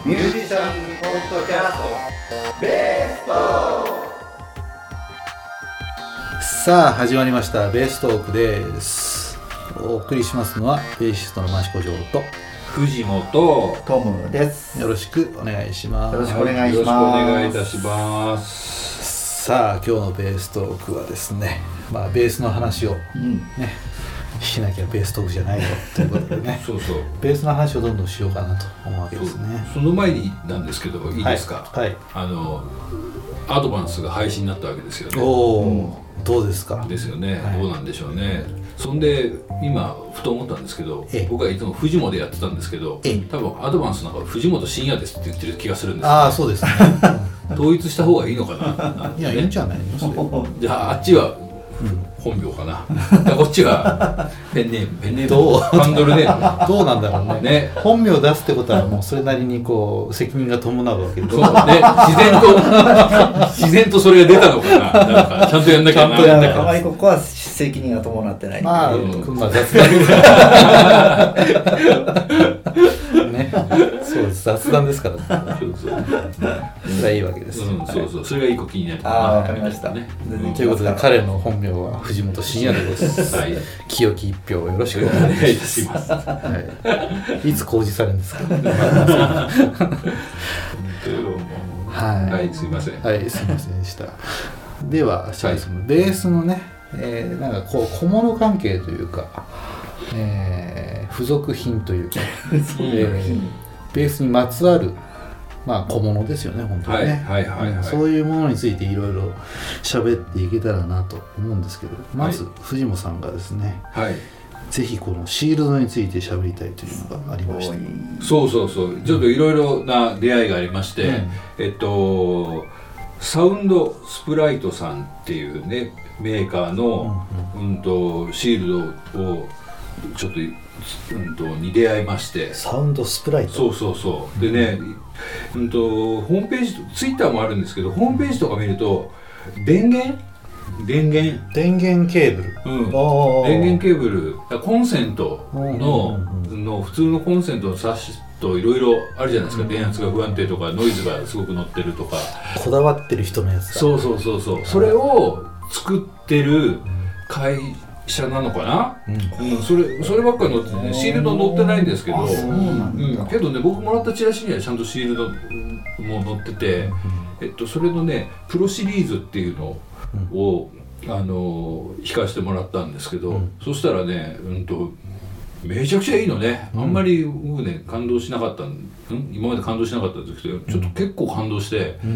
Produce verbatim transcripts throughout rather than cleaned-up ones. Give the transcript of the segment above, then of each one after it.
ミュージシャンポッドキャストベーストーク。 さあ始まりましたベーストークです。お送りしますのはベーシストの益子城と藤本トムです。 よろしくお願いします。 よろしくお願いします。 よろしくお願いいたします。 さあ今日のベーストークはですね、まあベースの話をね、うん、しなきゃベーストークじゃないよということでねそうそうベースの話をどんどんしようかなと思うわけですね。 そ, その前になんですけどいいですか、 はいはい、 あのアドバンスが廃止になったわけですよね。 おー、うん、どうですかですよね、 はい、 どうなんでしょうね。そんで今ふと思ったんですけど、僕はいつも藤本でやってたんですけど、多分アドバンスなんか藤本深夜ですって言ってる気がするんですよ、ね、 ああそうですね統一した方がいいのかないやいいんじゃないのじゃああっちは本名かなこっちはペンネームペンネームどうハンドルネームどうなんだろう ね, ね本名を出すってことはもうそれなりにこう責任が伴うわけでそうね自然と自然とそれが出たのかななんかちゃんとやんなきゃな。 ちゃんとやんなきゃ。あまりここは責任が伴ってない。 まあ、 うん、 まあ雑談ですからねそうです雑談ですからねそうそうそれはいいわけです、 うん、そうそうそれが一個気になる。 ああわかりましたね、 うん、ということで彼の本名は藤本深夜でございます、はい、清き一票よろしくお願いいたします、はい、いつ公示されるんですかはい、はい、すいませんはいすいませんでしたでは、はい、そのベースのね、えー、なんかこう小物関係というか、えー、付属品というか、えー、ベースにまつわるまあ小物ですよね本当にね、はいはいはいはい、そういうものについていろいろ喋っていけたらなと思うんですけど、まず、はい、藤本さんがですね、はい、ぜひこのシールドについて喋りたいというのがありました。 そうそうそうちょっといろいろな出会いがありまして、うん、えっとサウンドスプライトさんっていうねメーカーの、うんうんうん、とシールドをちょっと、うんとに出会いまして。 サウンドスプライトそうそうそうでね、うんとホームページツイッターもあるんですけどホームページとか見ると電源電源電源ケーブル、 うん、電源ケーブルコンセント の,、うん、の普通のコンセントの挿しといろいろあるじゃないですか、うん、電圧が不安定とかノイズがすごく乗ってるとかこだわってる人のやつだ。 そうそうそうそうそれを作ってる会社なのかな、うんうん、それそればっかり載ってて、ね、シールド載ってないんですけど、うん、けどね僕もらったチラシにはちゃんとシールドも載ってて、えっと、それのねプロシリーズっていうのを、うん、あの弾かせてもらったんですけど、うん、そしたらね、うんとめちゃくちゃいいのね、うん、あんまり僕ね感動しなかったん、うん、今まで感動しなかったんですけどちょっと結構感動して、うん、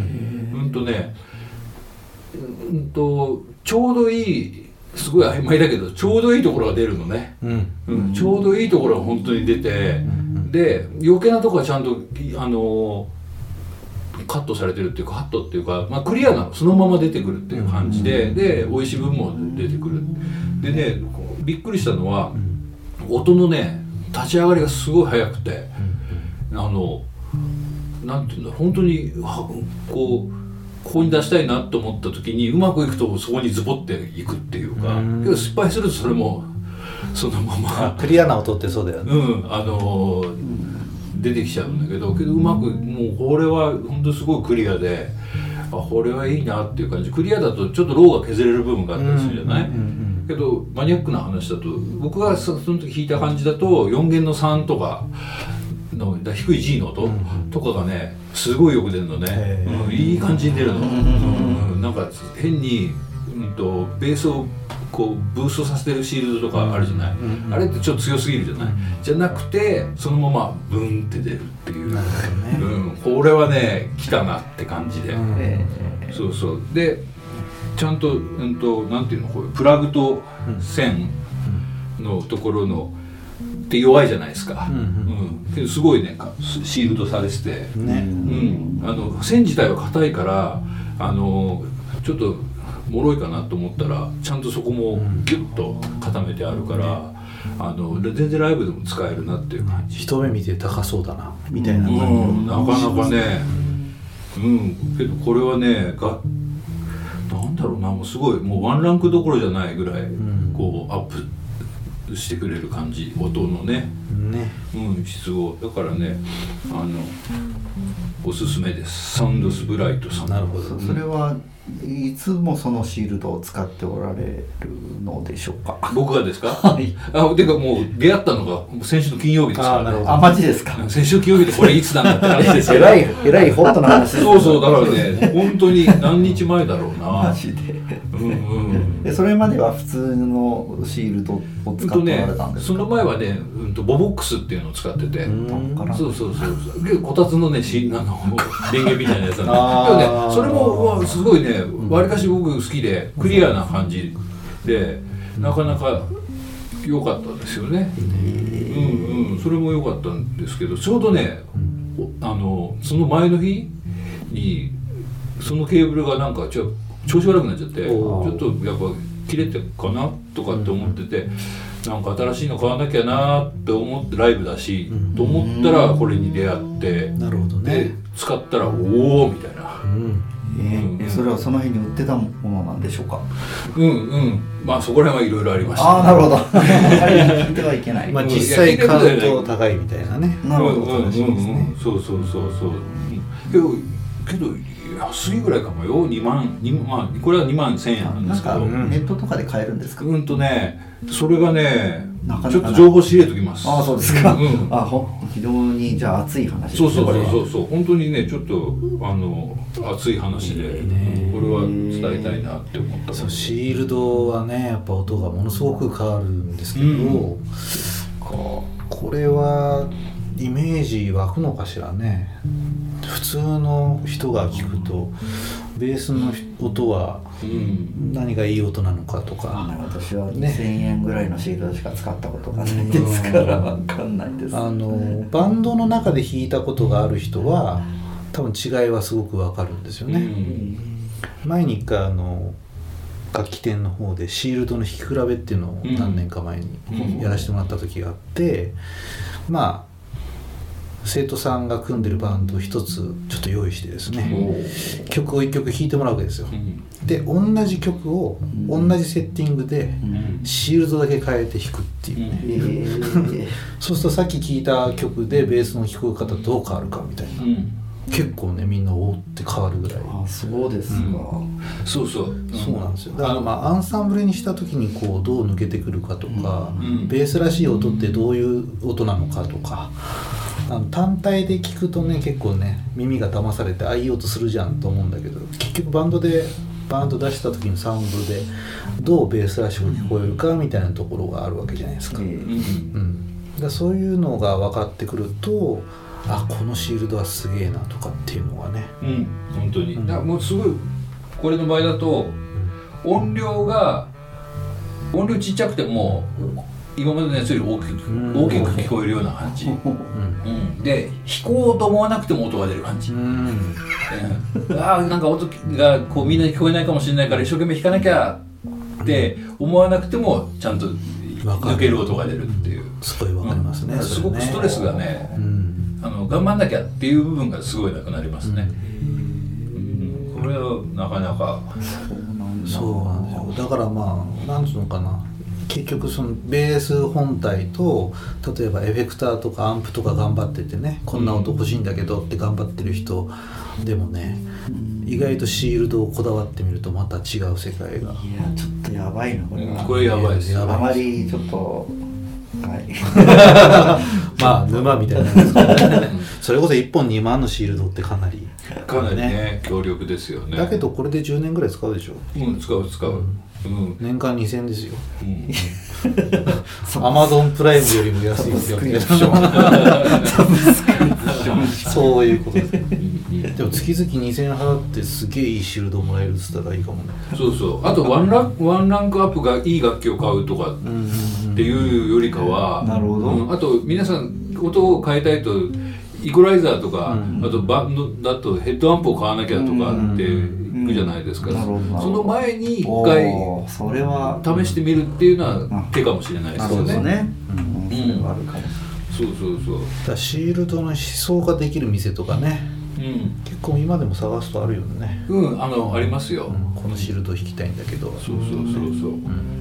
うんとねうんとちょうどいいすごい曖昧だけどちょうどいいところが出るのね、うんうん、ちょうどいいところが本当に出て、うん、で余計なところはちゃんとあのカットされてるっていうかカットっていうか、まあ、クリアなのそのまま出てくるっていう感じで、うん、で美味しい分も出てくるでねびっくりしたのは、うん、音のね立ち上がりがすごい速くて、うん、あのなんていうんだ本当にこうここに出したいなと思った時にうまくいくとそこにズボっていくっていうか、うん、けど失敗するとそれもそのままクリアな音ってそうだよね、 うんあのーうん、出てきちゃうんだけどけどうまくもうこれは本当にすごいクリアであこれはいいなっていう感じクリアだとちょっとローが削れる部分があったりするじゃない、うんうんうん、けどマニアックな話だと僕がその時弾いた感じだとよん弦のさんとかの低い G の音とかがねすごいよく出るのね、うん、いい感じに出るの、うん、なんか変に、うん、とベースをこうブーストさせてるシールドとかあるじゃない、うんうん、あれってちょっと強すぎるじゃない、うん、じゃなくてそのままブンって出るっていう、ねうん、これはね来たなって感じで、うん、そうそうでちゃんと、うん、となんていうのこういうプラグと線のところのって弱いじゃないですか、うんうんうん、けどすごいねシールドされてて、ねうん、あの線自体は硬いからあのちょっと脆いかなと思ったらちゃんとそこもギュッと固めてあるから、うん、あの全然ライブでも使えるなっていう感じ。 一目見て高そうだなみたいな感じ、 うん、なかなかね、うん、けどこれはねがなんだろうなもうすごいもうワンランクどころじゃないぐらい、うん、こうアップしてくれる感じ音のね、ねうん、質をだからねあのおすすめです。サウンドスブライトさん。 なるほど。 それはいつもそのシールドを使っておられるのでしょうか。 僕がですか？ はいあ、てかもう出会ったのが先週の金曜日ですから、ね。 あ、なるほど。 あ、マジですか。 先週金曜日でこれいつなんだって話ですよ。 えらいえらいホットな話です。 そうそう、だからね、本当に何日前だろうな。 マジで。 うんうん。 でそれまでは普通のシールドを使っておられたんですか。 その前はね、うんとボボックスっていうのを使ってて、そうそうそうそう、でこたつのね、しあの電源みたいなやつなんで、 あでもね、それもすごいね、わりかし僕好きでクリアな感じで、なかなか良かったんですよね。うんうん、それも良かったんですけど、ちょうどね、あのその前の日にそのケーブルがなんかちょ調子悪くなっちゃって、ちょっとやっぱ切れてかなとかって思ってて、なんか新しいの買わなきゃなって思ってライブだし、と思ったらこれに出会って、 なるほどね。 で使ったらおおみたいな。 うんえー、それはその辺に売ってたものなんでしょうか。 うんうん、まあそこら辺はいろいろありました、 ああ、なるほど。聞いてはいけない。 まあ実際買うと高いみたいなね。 なるほど。 うんうんうん、そうそうそうそう。けどけど安いぐらいかもよ。にまん、にまあこれはにまんせんえんなんですけど。 なんかネットとかで買えるんですか。 うんとね、それがね、 なかなかちょっと情報仕入れときます。 ああ、そうですか。 うん、 あ、ほ非常にじゃあ熱い話ですね。 そうそうそうそうそう、本当にね、ちょっとあの熱い話で、これは伝えたいなって思った。 そう、シールドはね、やっぱ音がものすごく変わるんですけど、うん、これはイメージ湧くのかしらね。普通の人が聞くとベースの音は何がいい音なのかとか、 うん、私はにせんえんぐらいのシールドしか使ったことがないですから分かんないです。 あのバンドの中で弾いたことがある人は多分違いはすごく分かるんですよね。うん、前に一回あの楽器店の方でシールドの弾き比べっていうのを何年か前にやらせてもらった時があって、うん、まあ生徒さんが組んでるバンドを一つちょっと用意してですね、曲を一曲弾いてもらうわけですよ。で同じ曲を同じセッティングでシールドだけ変えて弾くっていうね、そうするとさっき聴いた曲でベースの聴こえ方どう変わるかみたいな、結構ねみんなおーって変わるぐらい。 あ、そうですか、うん、 そうそう、 そうなんですよ。だからまあアンサンブルにした時にこうどう抜けてくるかとか、うん、ベースらしい音ってどういう音なのかとか、あの単体で聞くとね結構ね耳が騙されてああいい音するじゃんと思うんだけど、結局バンドでバンド出した時のサウンドでどうベースらしく聞こえるかみたいなところがあるわけじゃないですか。うんうん、だからそういうのが分かってくると、あ、このシールドはすげえなとかっていうのがね、 うん、本当に、うん、だからもうすごいこれの場合だと音量が音量ちっちゃくても今までのやつより大きく、うん、大きく聞こえるような感じ、うんうん、で弾こうと思わなくても音が出る感じ、うんうん、ああなんか音がこうみんなに聞こえないかもしれないから一生懸命弾かなきゃって思わなくてもちゃんと抜ける音が出るっていう、 すごいわかりますね、うん、 すごくストレスがね、うん、あの頑張んなきゃっていう部分がすごいなくなりますね、うんうん、これはなかなかそうなんですよ。だからまあなんつうのかな、結局そのベース本体と例えばエフェクターとかアンプとか頑張っててね、こんな音欲しいんだけどって頑張ってる人でもね、意外とシールドをこだわってみるとまた違う世界が。いやちょっとやばいなこれは、 うん、これやばいですよ。 あまりちょっとはいまあ沼みたいなですけどねそれこそいっぽんにまんのシールドってかなりかなりね強力ですよね。 だけどこれでじゅうねんぐらい使うでしょ。 うん使う使う、うん、 年間にせんえんですよ。 うん、 アマゾンプライムよりも安いですよそういうことです。でも月々にせんえん払ってすげえいいシールドもらえるって言ったらいいかもね。そうそう。あとワンランクワンランクアップがいい楽器を買うとかっていうよりかは、 なるほど、 うん、あと皆さん音を変えたいとイコライザーとか、うん、あとバンドだとヘッドアンプを買わなきゃとかっていくじゃないですか、うんうん、その前に一回それは試してみるっていうのは手かもしれないですよね。 そうですね、うん、それはあるかもしれない。 そうそうそう。 だシールドの思想ができる店とかね、うん、結構今でも探すとあるよね。 うんあのありますよ、 うん、このシールド引きたいんだけど、 そうそうそうそう、うん、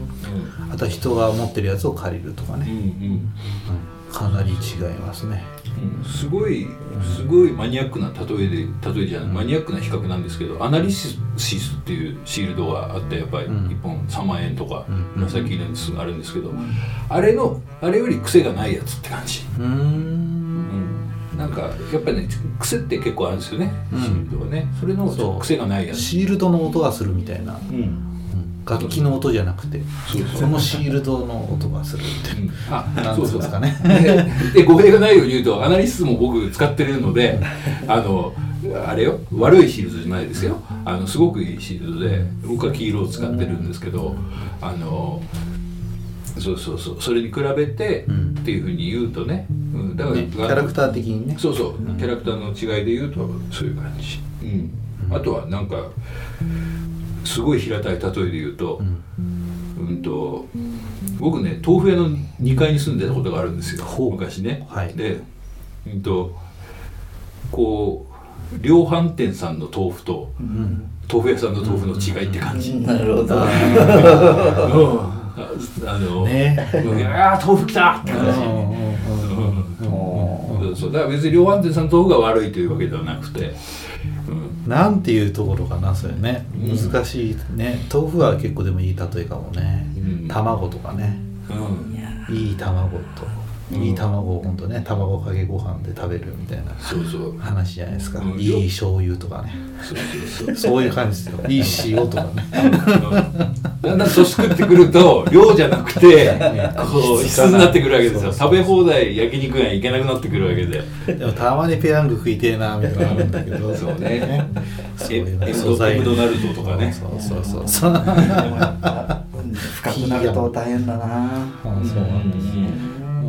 あとは人が持ってるやつを借りるとかね、うんうんうん、かなり違いますね。 うん、すごいすごいマニアックな例えで例えじゃないマニアックな比較なんですけど、アナリシスっていうシールドがあってやっぱりいっぽんさんまんえんとか紫色のやつがあるんですけど、あれのあれより癖がないやつって感じ。 うーん、 うん、なんかやっぱりね癖って結構あるんですよね、シールドはね。それのちょっと癖がないやつ。 シールドの音がするみたいな、 うん楽器の音じゃなくて、 そうそうこのシールドの音がするって、 うん、あなんそうそうですかね。 で語弊がないように言うとアナリシスも僕使ってるのであのあれよ悪いシールドじゃないですよ、あのすごくいいシールドで僕は黄色を使ってるんですけど、あのそうそうそうそれに比べて、うん、っていうふうに言うとね、うん、だから、 ね、キャラクター的にね、 そうそう、うん、キャラクターの違いで言うとそういう感じ、うんうん、あとはなんかすごい平たい例えで言うと、うんうんと僕ね豆腐屋のにかいに住んでたことがあるんですよ昔ね、はい、で、うんとこう量販店さんの豆腐と、うん、豆腐屋さんの豆腐の違いって感じ、 うん、なるほどあの、ね、いや豆腐きたって感じ、そうだから別に量販店さんの豆腐が悪いというわけではなくて、 うん、なんていうところかなそれね、難しいね。豆腐は結構でもいい例えかもね、うん、卵とかね、うん、いい卵と、うん、いい卵をほんとね卵かけご飯で食べるみたいな話じゃないですか、うん、いい醤油とかね、そうそうそうそういう感じですよ。いい塩とかねだんだん年食ってくると量じゃなくてこう質になってくるわけですよ。食べ放題焼肉がいけなくなってくるわけで、 でもたまにペヤング食いてえなみたいなのあるんだけどそうねそういうね素材エムドナルドとかね、 そうそうそうそう深くなると大変だな。 そうなんですね、うん、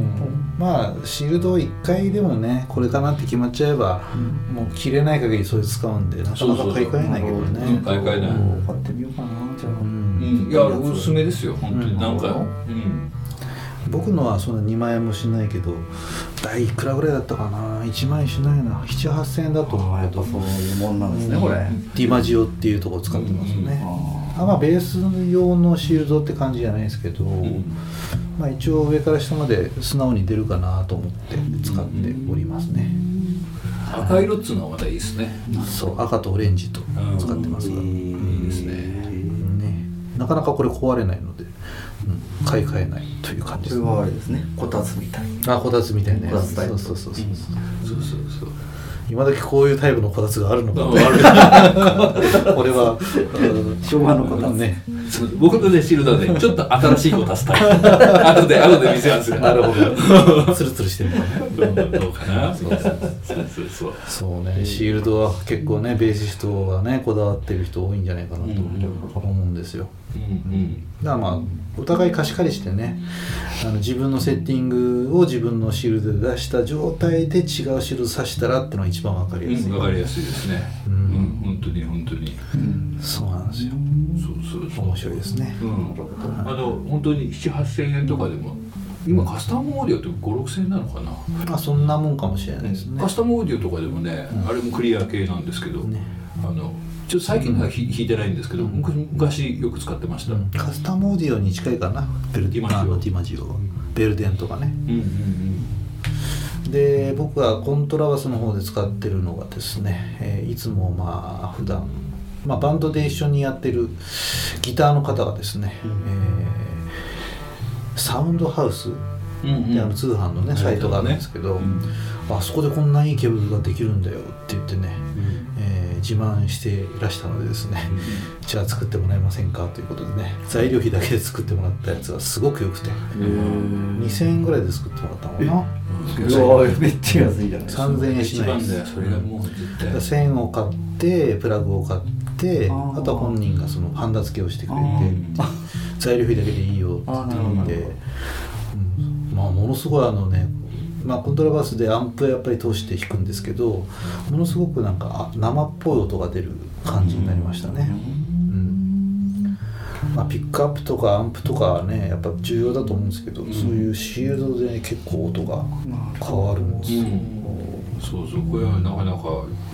まあシールドをいっかいでもねこれかなって決まっちゃえば、うん、もう切れない限りそれ使うんでなかなか買い替えないけどね。 買い替えない。 買ってみようかなじゃあ、 うんうん、いやおすすめですよ本当に、うん、なんか、うん、 僕のはそんなにまんえんもしないけど大いくらぐらいだったかな、いちまんえんしないな、なな、はっせんえんだと思うけど、 そういうもんなんですね、うん、これディマジオっていうところ使ってますね、うんうん、あまあベース用のシールドって感じじゃないですけど、うん、まあ一応上から下まで素直に出るかなと思って使っておりますね、 うん、赤色っつうのはまたいいですね。 そう赤とオレンジと使ってますが、うん、いいですね、ね、なかなかこれ壊れないので、うん、買い替えないという感じですね。 これはあれですね、こたつみたいな。あ、こたつみたいなやつ。そうそうそうそうそうそうそう今時こういうタイプのこたつがあるのかな。これは昭和のこたつね。 僕のねシールドはねちょっと新しいこたつタイプ。後で後で見せますよ。 なるほど。ツルツルしてるからね。どうかな。そうそうそう。 そうね、シールドは結構ねベーシストがねこだわってる人多いんじゃないかなと思うんですよ。うんうん、だからまあお互い貸し借りしてね、あの自分のセッティングを自分のシールドで出した状態で違うシールド挿したらってのが一番わかりやすい。 わ、うん、かりやすいですね。うん、うん、本当に本当に、 うん、そうなんですよ。そうそうそう面白いですね。うん、 あの本当になな、はっせんえんとかでも今カスタムオーディオってご、ろくせんえんなのかな。 まあそんなもんかもしれないですね。 カスタムオーディオとかでもね、うん、あれもクリア系なんですけど、ね、あのちょっと最近は弾いてないんですけど、うん、昔よく使ってました、うん、 カスタムオーディオに近いかな、ベルディマジオ、ディマジオ、うん、ベルデンとかね、うんうんうん、で僕はコントラバスの方で使ってるのがですね、えー、いつもまあ普段、まあ、バンドで一緒にやってるギターの方がですね、うんえー、サウンドハウスで、うんうん、あの通販のねサイトがあるんですけど、うん、あそこでこんないいケーブルができるんだよって言ってね、うんえー、自慢していらしたのでですね、うん、じゃあ作ってもらえませんかということでね、材料費だけで作ってもらったやつがすごく良くてにせんえんぐらいで作ってもらったのかな。 うわめっちゃ安いじゃないですか。 さんぜんえんしないです。 それがもう絶対線を買ってプラグを買ってあ, あとは本人がそのハンダ付けをしてくれて材料費だけでいいよって言って、うん、まあものすごいあのね、まあ、コントラバスでアンプやっぱり通して弾くんですけど、ものすごくなんか生っぽい音が出る感じになりましたね、うんまあ、ピックアップとかアンプとかはねやっぱ重要だと思うんですけど、うん、そういうシールドで、ね、結構音が変わるんですよ、うん、 そうそうこれはなかなか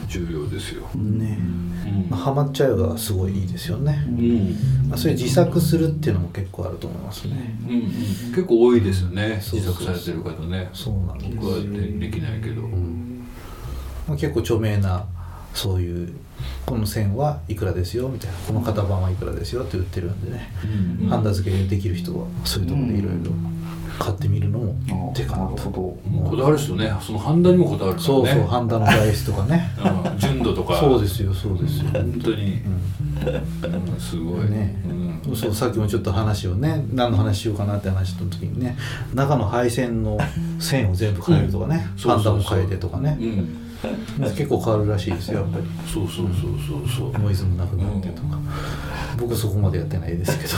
重要ですよね、 うんまあ、ハマっちゃうがすごいいいですよね、 うんまあ、それ自作するっていうのも結構あると思いますね、 うんうん、結構多いですよねそうそうそう自作されてる方ねそうなんです、 僕はでできないけど、 うんまあ、結構著名なそういうこの線はいくらですよみたいなこの型番はいくらですよって売ってるんでね、 うんハンダ付けできる人はそういうところでいろいろ買ってみるのも手かなと、 もうこだわる人ねそのハンダにもこだわるからねそうそうハンダの材質とかねうん純度とかそうですよそうですよ、 本当に、 うんうん、すごいねうん、 そうさっきもちょっと話をね何の話しようかなって話した時にね中の配線の線を全部変えるとかね、 うんハンダも変えてとかね、 うん結構変わるらしいですよやっぱりそうそうそうそうそうノイズもなくなってとか、僕そこまでやってないですけど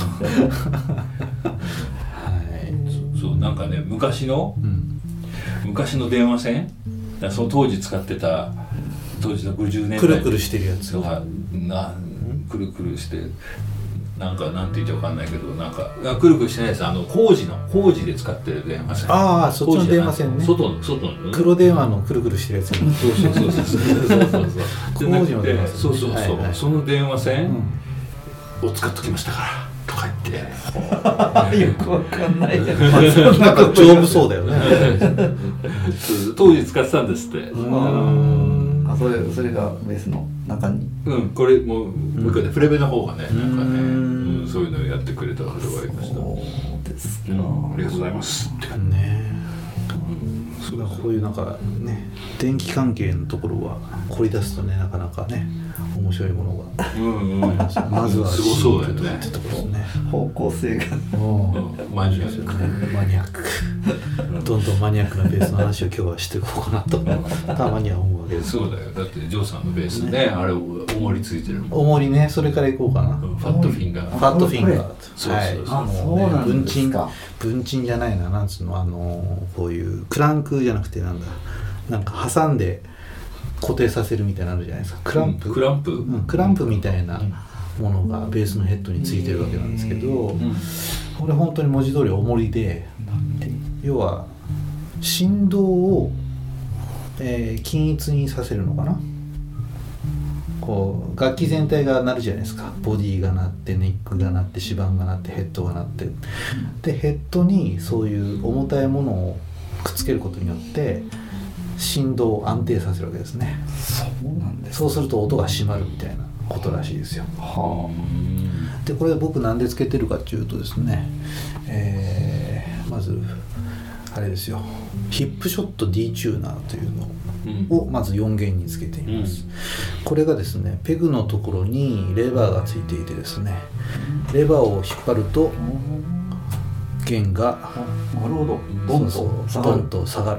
はいそうなんかね昔のうん昔の電話線だその当時使ってた当時のごじゅうねんだいくるくるしてるやつとかなくるくるしてなんかなんて言ってわかんないけどなんかあくるくるしてないですあの工事の工事で使ってる電話線ああそっちの電話線ね外の外のね黒電話のくるくるしてるやつねそうそうそうそうそうそうそう工事の電話線そうそうそう、 はいはいその電話線を使っときましたからとか言ってよくわかんないけどなんか丈夫そうだよね当時使ってたんですってうんあそれそれがベースの中にうんこれもうもう一回ねプレベの方がねなんかねうんうんそういうのをやってくれた方がいましたそうですか、 うんありがとうございますって感じねうんそうだからこういうなんかね電気関係のところは凝り出すとねなかなかね面白いものがうんうんまずはすごそうだよねシンプルとってところですね方向性がうんうんマジですよねマニアックどんどんマニアックなベースの話を今日はしていこうかなとたまには思うわけですそうだよだってジョーさんのベースねあれ重りついてるもん重りねそれからいこうかなファットフィンガーファットフィンガーそうそうそうはいあそうもねなんですか文鎮文鎮じゃないななんつうのあのこういうクランクじゃなくてなんだなんか挟んで固定させるみたいなのあるじゃないですかクランプ、 うんクランプうんクランプみたいなものがベースのヘッドについてるわけなんですけど、 うんこれ本当に文字通り重りで要は振動を、えー均一にさせるのかなこう楽器全体が鳴るじゃないですかボディが鳴ってネックが鳴って指板が鳴ってヘッドが鳴ってでヘッドにそういう重たいものをくっつけることによって振動を安定させるわけですねそうなんですそうすると音が締まるみたいなことらしいですよはでこれ僕なんでつけてるかっていうとですね、えーまずあれですよヒップショット D チューナーというのをまずよん弦につけています、うん、これがですねペグのところにレバーがついていてですねレバーを引っ張ると弦があなるほどドンと下がるドンと下がる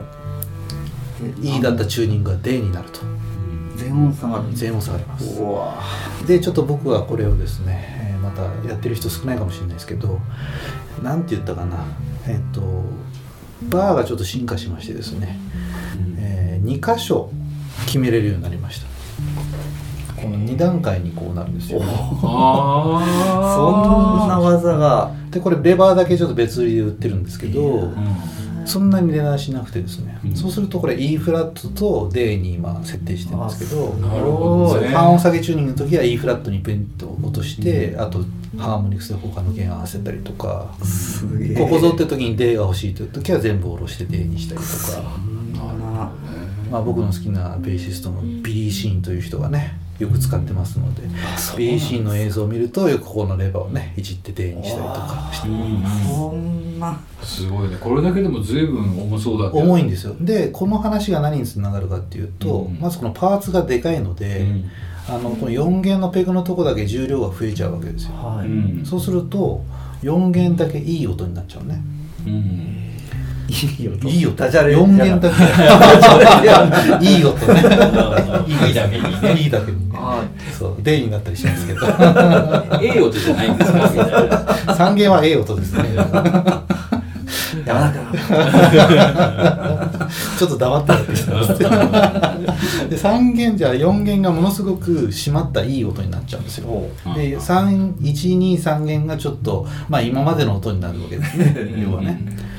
E だったチューニングが D になると全音下がる全音下がりますうわでちょっと僕はこれをですね、えー、またやってる人少ないかもしれないですけどなんて言ったかなえっ、ー、とバーがちょっと進化しましてですね、うんえー、に箇所決めれるようになりましたこのに段階にこうなるんですよあそんな技がでこれレバーだけちょっと別売りで売ってるんですけど、 うんそんなに値段しなくてですね、 うん、 そうするとこれ E フラットと D に今設定してるんですけどなるほどね半音下げチューニングの時は E フラットにペンと落として、うん、あとハーモニクスで他の弦合わせたりとかすげえここぞって時に D が欲しいという時は全部下ろして D にしたりとかまあ僕の好きなベーシストのビリー・シーンという人がねよく使ってますのでビリー・シーンの映像を見るとよくここのレバーをねいじって D にしたりとかしてそんなすごいねこれだけでも随分重そうだけど重いんですよでこの話が何につながるかっていうと、うん、まずこのパーツがでかいので、うん、あのこのよん弦のペグのとこだけ重量が増えちゃうわけですよ、 はいうん、そうするとよん弦だけいい音になっちゃうね、 うんいい音いい音ダジャレよん弦だけいい音ねいいだけにねいいだけにねそう D になったりしますけどええ音じゃないんですかさん弦はええ音ですねやばかちょっと黙ってるわけですでさん弦じゃよん弦がものすごく締まったいい音になっちゃうんですよでいちにさん弦がちょっとまあ今までの音になるわけですね要はね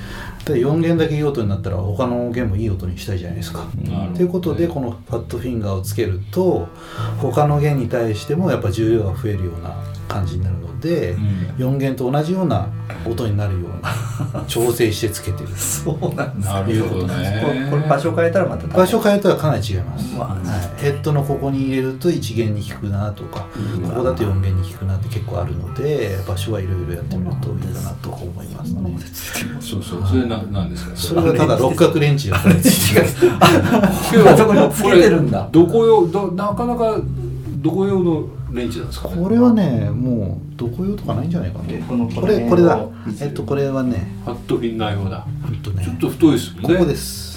でよん弦だけいい音になったら他の弦もいい音にしたいじゃないですか。ということでこのファットフィンガーをつけると他の弦に対してもやっぱ重量が増えるような感じになるので、うん、よん弦と同じような音になるように調整してつけてるそうなんです。 なるほどね。 これ場所変えたらまた場所変えたらかなり違います、まあはい、ヘッドのここに入れるといち弦に弾くなとか、うん、ここだとよん弦に弾くなって結構あるので場所はいろいろやってみるといいかなと思いますね。 そうそう、それななんですか。 それはただ六角レンチがこれついてるそこにつけてるんだ。 どこ用どなかなかどこ用のレンチなんですか。 これはねもうどこ用とかないんじゃないかな。これこれだ。えっとこれはねファットフィンガー用だ。 とね、 ちょっと太いですもんね。 ここです。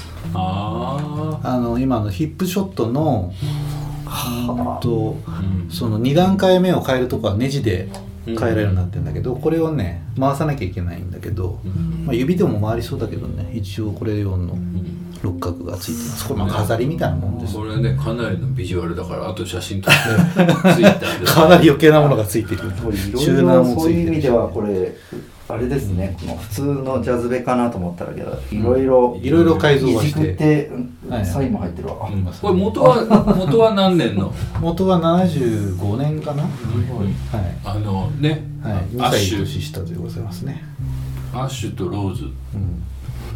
ああの今のヒップショットのと、うん、そのに段階目を変えるとこはネジで変えられるようになってるんだけど、これをね回さなきゃいけないんだけど、うんまあ、指でも回りそうだけどね一応これ用の六角がついてます。これまあ飾りみたいなもんです。 これねかなりのビジュアルだからあと写真撮ってツイッターでかなり余計なものがついてる。 チューナーもついてる。そういう意味ではこれあれですね、この普通のジャズベかなと思ったらけどいろいろいろいろ改造はしていじくってサインも入ってるわ、 うん、これ元は元は何年の元はななじゅうごねんかな、うんはい、あのね、 はい、にさい年下でございますね。 アッシュとローズ、うん、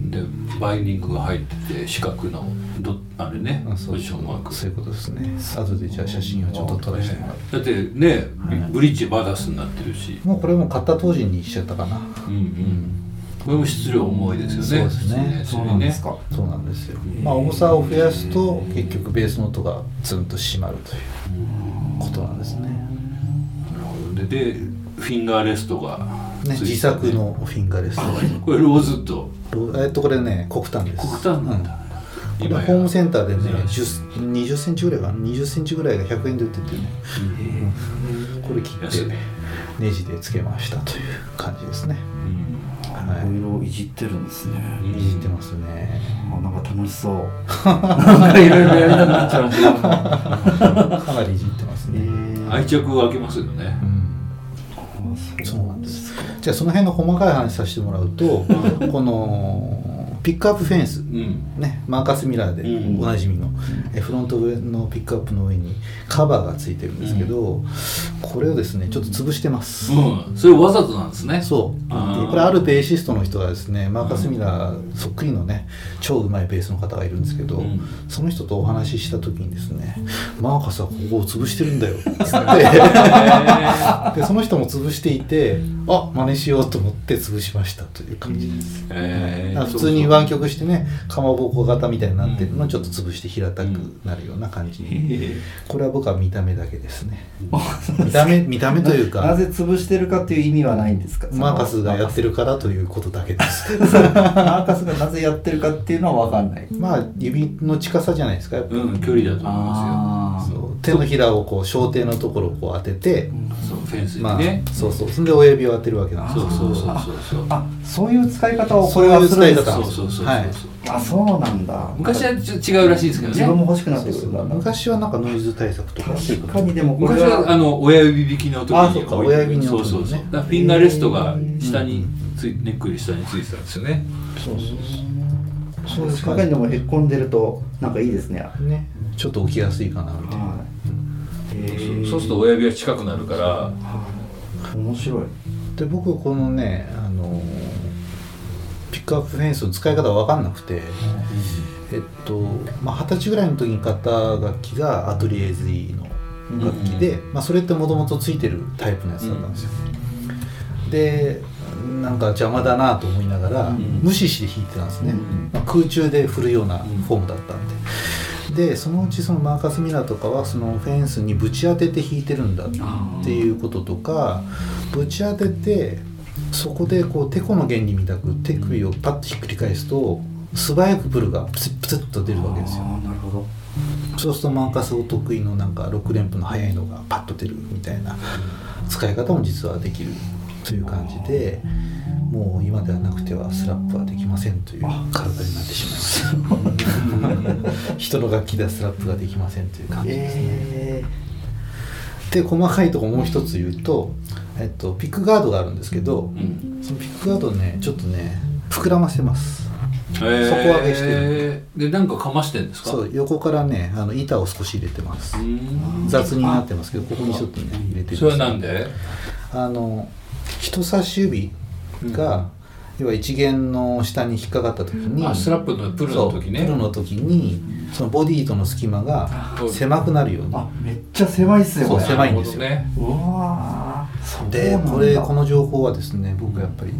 でバインディングが入ってて四角のドあれねポジションマーク。 そういうことですね。後でじゃあ写真をちょっと撮らせてもらう。 だってねブリッジバダスになってるし、 もうこれも買った当時にしちゃったかな。 うんうん、これも質量重いですよね。 そうですね。 そうなんですか。 そうなんですよ。まあ重さを増やすと結局ベースの音がツンと締まるということなんですね。なるほど。で、でフィンガーレストが、 ね、自作のフィンガーレストがこれローズッド。 えっとこれね黒炭です。 黒炭なんだ。 うん、これホームセンターでねにじゅっセンチぐらいかなにじゅっセンチぐらいがひゃくえんで売っててね、うん、これ切ってネジでつけましたという感じですね。 いろいろいじってるんですね。 いじってますね。 あ、なんか楽しそう。なんかいろいろやりたくなっちゃうんでかなりいじってますね。 愛着を分けますよね。 うん、そうなんです。じゃあその辺の細かい話させてもらうとこのピックアップフェンス、うん、ね、マーカス・ミラーでおなじみの、うん、フロントのピックアップの上にカバーがついてるんですけど、うん、これをですねちょっと潰してます、 うん、それわざとなんですね。 そうこれあるベーシストの人がですねマーカス・ミラーそっくりのね超うまいベースの方がいるんですけど、うん、その人とお話しした時にですねマーカスはここを潰してるんだよってでその人も潰していてあ真似しようと思って潰しましたという感じです、えー、普通に湾曲してねかまぼこ型みたいになってるのをちょっと潰して平たくなるような感じ、うん、これは僕は見た目だけですね見た目見た目というかなぜ潰してるかっていう意味はないんですか。 マーカスがやってるからということだけですマーカスがなぜやってるかっていうのは分かんない。 まあ指の近さじゃないですかやっぱ、 うん、距離だと思いますよ。 そう手のひらをこう小手のところをこう当てて、うん、 そうフェンスにね、 まあ、そうそうそんで親指を当てるわけなんですよ。 そうそうそうそうあそういう使い方をこれはするんですか。 そうそうそうそう、はい、 あそうなんだ。 昔はちょっと違うらしいですけどね。 自分も欲しくなってくるんだ。 昔はなんかノイズ対策とか確かに。でもこれは昔はあの親指引きの時にあそうか親指のそうそうそうだからフィンガーレストが下につい、うん、ネックより下についてたんですよね。 そうそうそうそうですか。でもへっこんでるとなんかいいですね。 ねちょっと起きやすいかなみたいな、はいうん、そうすると親指が近くなるから、はい、面白い。で僕このねあのピックアップフェンスの使い方分かんなくて、うん、えっとまあ二十歳ぐらいの時に買った楽器がアトリエ ゼット の楽器で、うんまあ、それってもともとついてるタイプのやつだったんですよ、うん、でなんか邪魔だなと思いながら、うん、無視して弾いてたんですね、うんまあ、空中で振るようなフォームだったんで、うん、でそのうちそのマーカス・ミラーとかはそのフェンスにぶち当てて弾いてるんだっていうこととかぶち当ててそこでこうテコの原理みたく手首をパッとひっくり返すと素早くプルがプツップツッと出るわけですよ。 あなるほど。 そうするとマーカスお得意のなんかろく連符の速いのがパッと出るみたいな使い方も実はできるという感じでもう今ではなくてはスラップはできませんという体になってしまいます人の楽器ではスラップができませんという感じですね、えー、で細かいところもう一つ言うと、えっと、ピックガードがあるんですけど、うん、そのピックガードねちょっとね膨らませます。 えー、 底上げしてるでなんかかましてるんですか？ そう、横からねあの板を少し入れてます。雑になってますけど、ここにちょっとね入れてる。 それはなんで？ あの人差し指が、うん、要は一弦の下に引っかかった時に、 あスラップのプルの時ね、 プルの時にそのボディとの隙間が狭くなるように。 あ、めっちゃ狭いっすよね。 そう、狭いんですよ、 ね、 うわでこれこの情報はですね、僕やっぱり、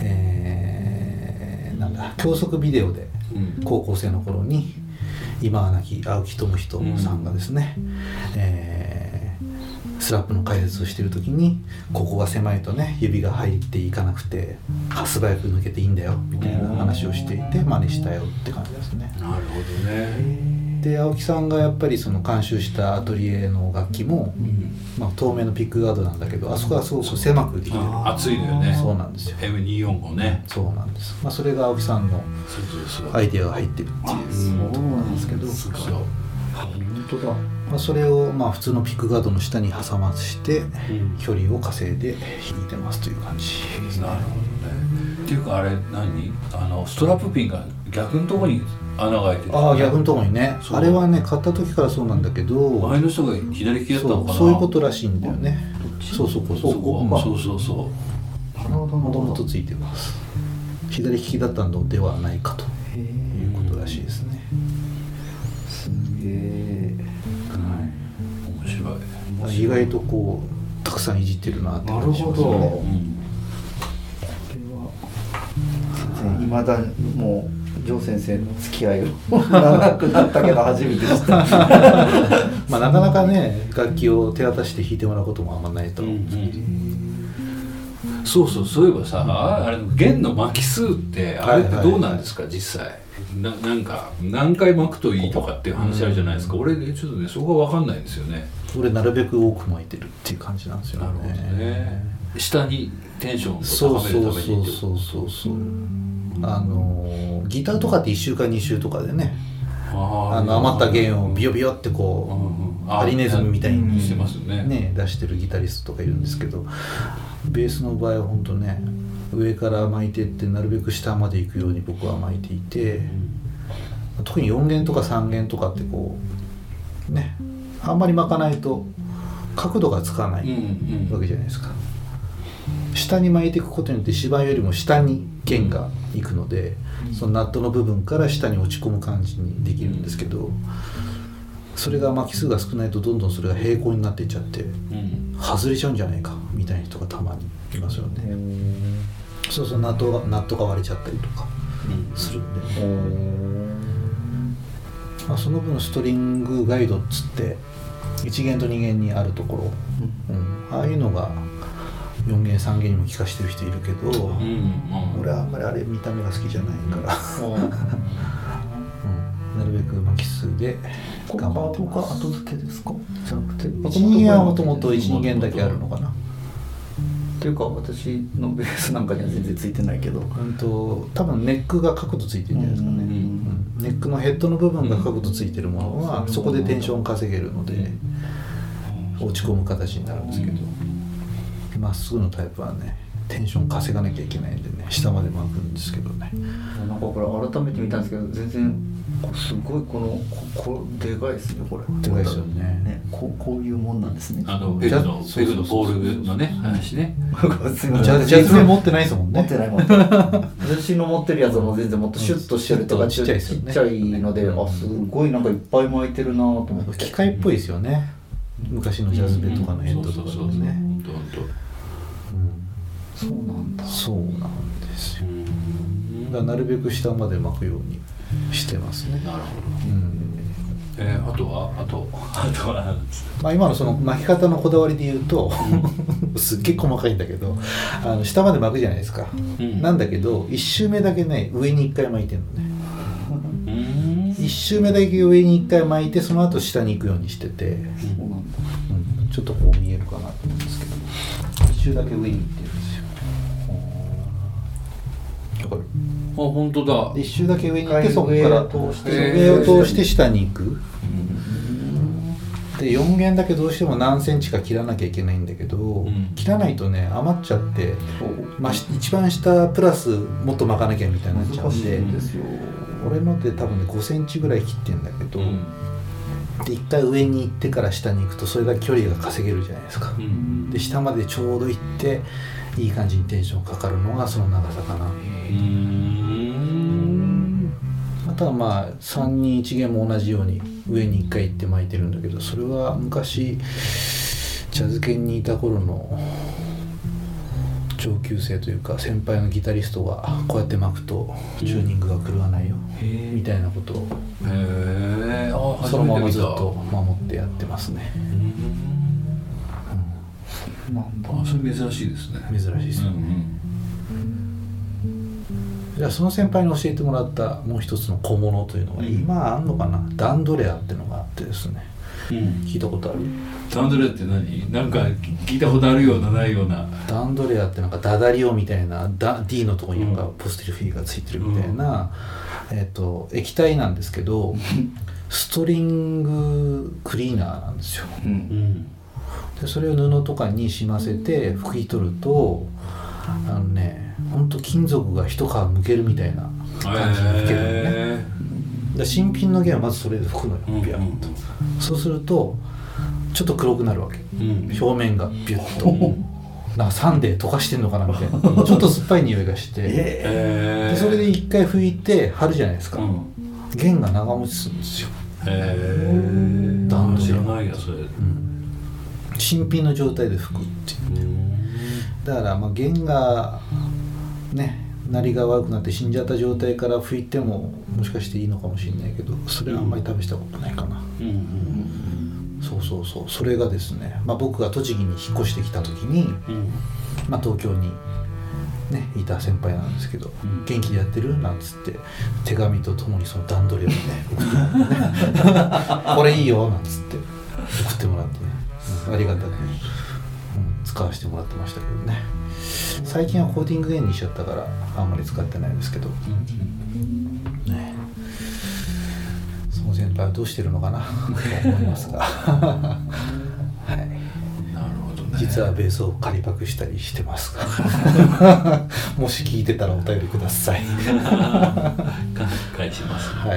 えー、なんだ教則ビデオで高校生の頃に今は亡き青木智人さんがですね、うんえー、スラップの解説をしている時に、ここが狭いとね指が入っていかなくて素早く抜けていいんだよみたいな話をしていて真似したよって感じですね。 なるほどね。 で青木さんがやっぱりその監修したアトリエの楽器も、うんまあ、透明のピックガードなんだけど、あそこはすごく狭くできてる。 厚いのよね。 そうなんですよ。 エムにーよんご ね。 そうなんです、まあ、それが青木さんのアイデアが入ってるっていうところなんですけど、 そうそう本当だ。 まあ、それをまあ普通のピックガードの下に挟まして、うん、距離を稼いで弾いてますという感じですね。 なるほどね。っていうかあれ何あのストラップピンが逆のところに穴が開いてる、ね、 ああ逆のところにね。あれはね買った時からそうなんだけど、 前の人が左利きだったのかな。 そう、そういうことらしいんだよね。そうそうそうそうそうそうそう。 なるほど。 もともとついてます。左利きだったのではないかということらしいですね。 すげえ、 はい、面白い。 意外とこうたくさんいじってるなって感じしますね。 なるほど。いまだもうジョー先生の付き合いを長くなったけど初めてでした。 まあなかなかね楽器を手渡して弾いてもらうこともあんまないと思うんですけど、 うんうん、そうそうそういえばさ、うん、あれ弦の巻き数ってあれってどうなんですか、はいはいはい、実際 な, なんか何回巻くといいとかっていう話あるじゃないですか、うん、俺ちょっとねそこが分かんないんですよね。 俺なるべく多く巻いてるっていう感じなんですよね。 なるほどね。下にテンションを高めるためにってそうそうそうそう。あのギターとかっていっしゅうかんに週とかでね、ああの余った弦をビヨビヨってこう、うんうん、ハリネズムみたいにしてますね、ね出してるギタリストとかいるんですけど、ベースの場合は本当ね上から巻いてってなるべく下まで行くように僕は巻いていて、うん、特によん弦とかさん弦とかってこうねあんまり巻かないと角度がつかないわけじゃないですか、うんうん、下に巻いていくことによって芝よりも下に弦がいくので、うん、そのナットの部分から下に落ち込む感じにできるんですけど、それが巻き数が少ないとどんどんそれが平行になっていっちゃって、うん、外れちゃうんじゃないかみたいな人がたまにいますよね、うん、そうそうナットがナットが割れちゃったりとかするんで、うんまあ、その分ストリングガイドっつっていち弦とに弦にあるところ、うん、ああいうのがよん弦さん弦にも効かしてる人いるけど、うんうん、俺はあんまりあれ見た目が好きじゃないから、うん、なるべく巻き数で頑張ってます。 後付けですか？じゃなくていち、に弦はもともといち、に弦だけあるのかな。 っていうか私のベースなんかには全然ついてないけど、 うんと多分ネックが角度ついてるんじゃないですかね、うんうん、ネックのヘッドの部分が角度ついてるものは、うん、そこでテンション稼げるので、うん、落ち込む形になるんですけど、まっすぐのタイプはねテンション稼がなきゃいけないんでね下まで巻くんですけどね。 なんかこれ改めて見たんですけど全然すごいこのここでかいですねこれ。 でかいですよね。 ねこうこういうもんなんですね。 あのペグのペグのボールのね話ね。 すみません。ジャズベ持ってないですもんね。 持ってない持ってない。私の持ってるやつはもう全然もっとシュッとしてるとかちっちゃいですよね。 ちっちゃいので、あすごいなんかいっぱい巻いてるなと思って。 機械っぽいですよね。昔のジャズベとかのヘッドとかのね。 そうなんだ。 そうなんですよ。だからなるべく下まで巻くようにしてますね。 なるほど。うん、えー、あとはあとあとはまあ今のその巻き方のこだわりで言うとすっげえ細かいんだけど、あの下まで巻くじゃないですか。うん、なんだけどいち周目だけね上にいっかい巻いてるのね。うん、いち周目だけ上にいっかい巻いてその後下に行くようにしてて、うん、ちょっとこう見えるかなと思うんですけど、いち周だけ上に行ってるんですよ。わかる？ あ、本当だ。 一周だけ上に行ってそこから上を通して下に行く。 でよん弦だけどうしても何センチか切らなきゃいけないんだけど、うん、切らないとね余っちゃって、まあ、一番下プラスもっと巻かなきゃみたいになっちゃうんで、俺のって多分ねごセンチぐらい切ってんだけど、うん、で一回上に行ってから下に行くとそれだけ距離が稼げるじゃないですか、うん、で下までちょうど行っていい感じにテンションかかるのがその長さかな。うーん、あとはまあさんにいち弦も同じように上にいっかい行って巻いてるんだけど、それは昔ジャズ研にいた頃の上級生というか先輩のギタリストがこうやって巻くとチューニングが狂わないよみたいなことをへー、あ、そのままずっと守ってやってますね。うん、 なんだ、あ、それ珍しいですね。 珍しいですよね、うん、じゃあその先輩に教えてもらったもう一つの小物というのが、うん、今あんのかな、ダンドレアっていうのがあってですね、うん、聞いたことある？ ダンドレアって何？なんか聞いたことあるようなないような。 ダンドレアってなんかダダリオみたいな D のところになんかポスティルフィーがついてるみたいな、うん、えーと、液体なんですけどストリングクリーナーなんですよ、うん、でそれを布とかにしませて拭き取るとあのね、ほんと金属が一皮むけるみたいな感じに拭けるのね、えー、で新品の弦はまずそれで拭くのよ、ビャッと、うん、そうするとちょっと黒くなるわけ、うん、表面がビュッとなんかサンデー溶かしてんのかなみたいなちょっと酸っぱい匂いがして、えー、でそれで一回拭いて貼るじゃないですか、うん、弦が長持ちするんですよ。へえ、ダンドレア知らないやそれ、うん、 新品の状態で拭くっていう、うん、だからまあ弦がね鳴りが悪くなって死んじゃった状態から拭いてももしかしていいのかもしれないけど、それはあんまり試したことないかな、うんうんうん、そうそうそう、それがですね、まあ、僕が栃木に引っ越してきた時に、うんまあ、東京にねいた先輩なんですけど、うん、元気でやってるなんつって手紙とともにその段取りをね送ってもらってねこれいいよなんつって送ってもらってね、うん、ありがたく、うん、使わせてもらってましたけどね。最近はコーティング弦にしちゃったからあんまり使ってないですけど、うんね、その先輩はどうしてるのかなと思いますがはい、なるほどね、実はベースを借りパクしたりしてますがもし聞いてたらお便りください返します、 はい、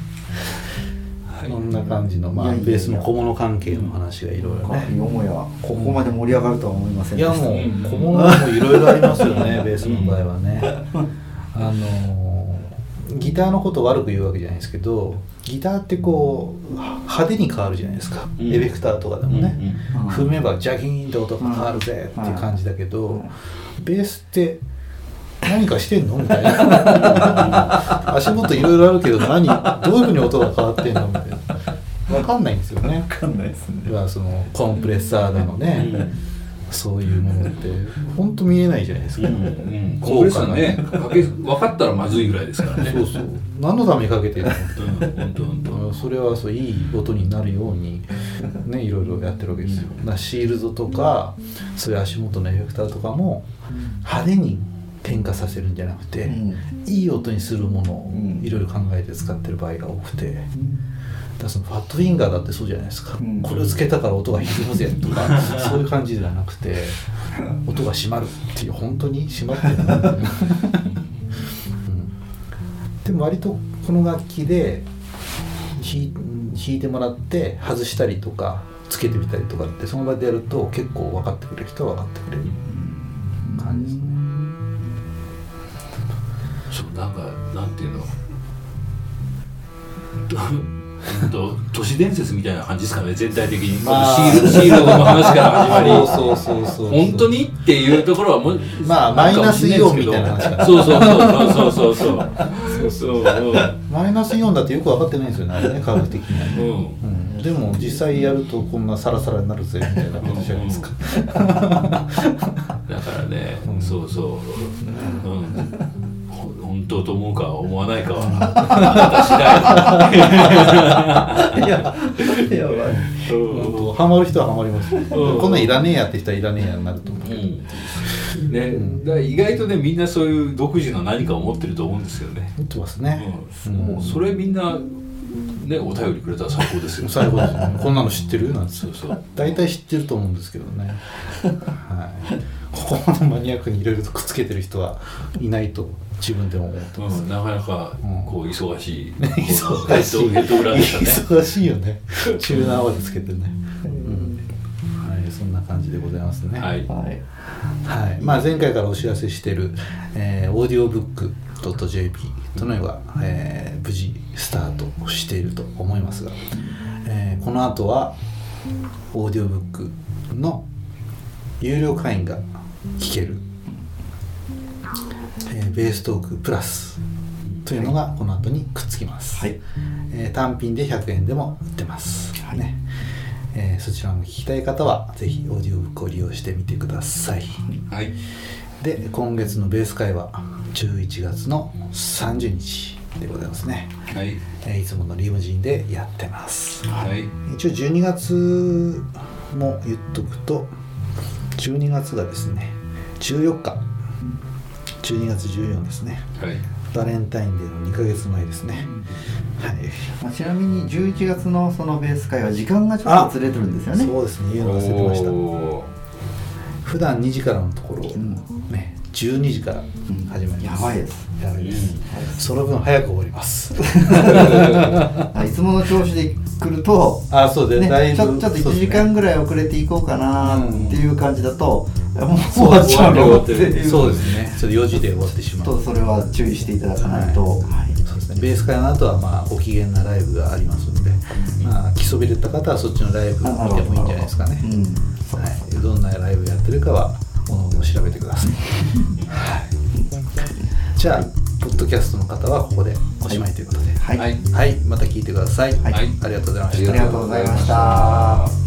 そんな感じの、まあ、ベースの小物関係の話がいろいろね、 よもやここまで盛り上がるとは思いませんでした。 いやもう小物もいろいろありますよねベースの場合はね。あのギターのことを悪く言うわけじゃないですけど、ギターってこう派手に変わるじゃないですか、うん、エフェクターとかでもね、うんうん、踏めばジャキーンって音が変わるぜっていう感じだけど、うんうん、ベースって何かしてんのみたいな足元いろいろあるけど何どういうふうに音が変わってんのみたいな分かんないんですよね。 分かんないですね。 そのコンプレッサーだのね、うん、そういうものって本当見えないじゃないですか、うんうん、 コンプレッサーねかけ分かったらまずいぐらいですからねそうそう、何のためにかけてるのってそれはそういい音になるようにねいろいろやってるわけですよ。だシールドとかそういう足元のエフェクターとかも派手に変化させるんじゃなくて、うん、いい音にするものをいろいろ考えて使ってる場合が多くて、うん、だからそのファットフィンガーだってそうじゃないですか、うん、これをつけたから音が歪むぜとかそういう感じではなくて音が閉まるっていう本当に閉まってるな、うん、でも割とこの楽器で弾いてもらって外したりとかつけてみたりとかってその場でやると結構分かってくれる人は分かってくれる感じですね。 そうなんかなんていうのと都市伝説みたいな感じですかね全体的に、まあ、シールシールドの話から始まりそうそうそうそう本当にっていうところはもまあマイナスイオンみたいな話かなそうそうそうそうそうそうそうそうマイナスイオンだってよく分かってないんですよねあれね科学的にはね、うんうん、でも実際やるとこんなサラサラになるぜみたいなことじゃないですか、うん、だからね、うん、そうそう、うん本当と思うか思わないかはいややばい、うん、ハマる人はハマります、うん、こんなんいらねえやって人はいらねえやになると思う、うんねうん、だから意外とねみんなそういう独自の何かを持ってると思うんですよね。 持ってますね、 うん、もうそれみんなねお便りくれたら最高ですよ。 最後ですね。こんなの知ってるなんてそうそう。 大体知ってると思うんですけどね。はい。ここのマニアックにいろいろとくっつけてる人はいないと自分でも思ってます。 うん、なかなかこう忙しい。 忙しい。 ヘッド裏でしたね。 忙しいよね。チューナーまでつけてね。うん。はい、そんな感じでございますね。 はい。 はい。 はい。まあ前回からお知らせしている、えー、オーディオブックドットジェーピー というのが、えー、無事スタートしていると思いますが、えー、この後はオーディオブックの有料会員が聞ける、えー、ベーストークプラスというのがこの後にくっつきます、はいえー、単品でひゃくえんでも売ってます、はいねえー、そちらも聞きたい方はぜひオーディオブックを利用してみてください、 はい、 で今月のベース会はじゅういちがつのさんじゅうにちでございますね、 はいえー、いつものリムジンでやってます、 はい、 一応じゅうにがつも言っとくとじゅうにがつがですねじゅうよっかじゅうにがつじゅうよっかですね、はい、バレンタインデーのにかげつまえですね、はいまあ、ちなみにじゅういちがつのそのベース会は時間がちょっとずれてるんですよね。 そうですね、言うの忘れてました。普段にじからのところ、うん、ねじゅうにじから始まります、 うん、やばいですやばいです、うん、その分早く終わりますいつもの調子で来るとあそうで、ね、だいぶちょ、ちょっといちじかんぐらい遅れていこうかなっていう感じだと、うん、もう終わっちゃうのっていうそうですね、それよじで終わってしまうとそれは注意していただかないと、はいはい、 そうですね、ベース会の後はまあご機嫌なライブがありますので、まあ、基礎ビレった方はそっちのライブ見てもいいんじゃないですかね、うんはい、どんなライブやってるかはおのおの調べてください、はい、じゃあポッドキャストの方はここでおしまいということで、はい、はいはい、また聞いてください、はい、ありがとうございました。 ありがとうございました。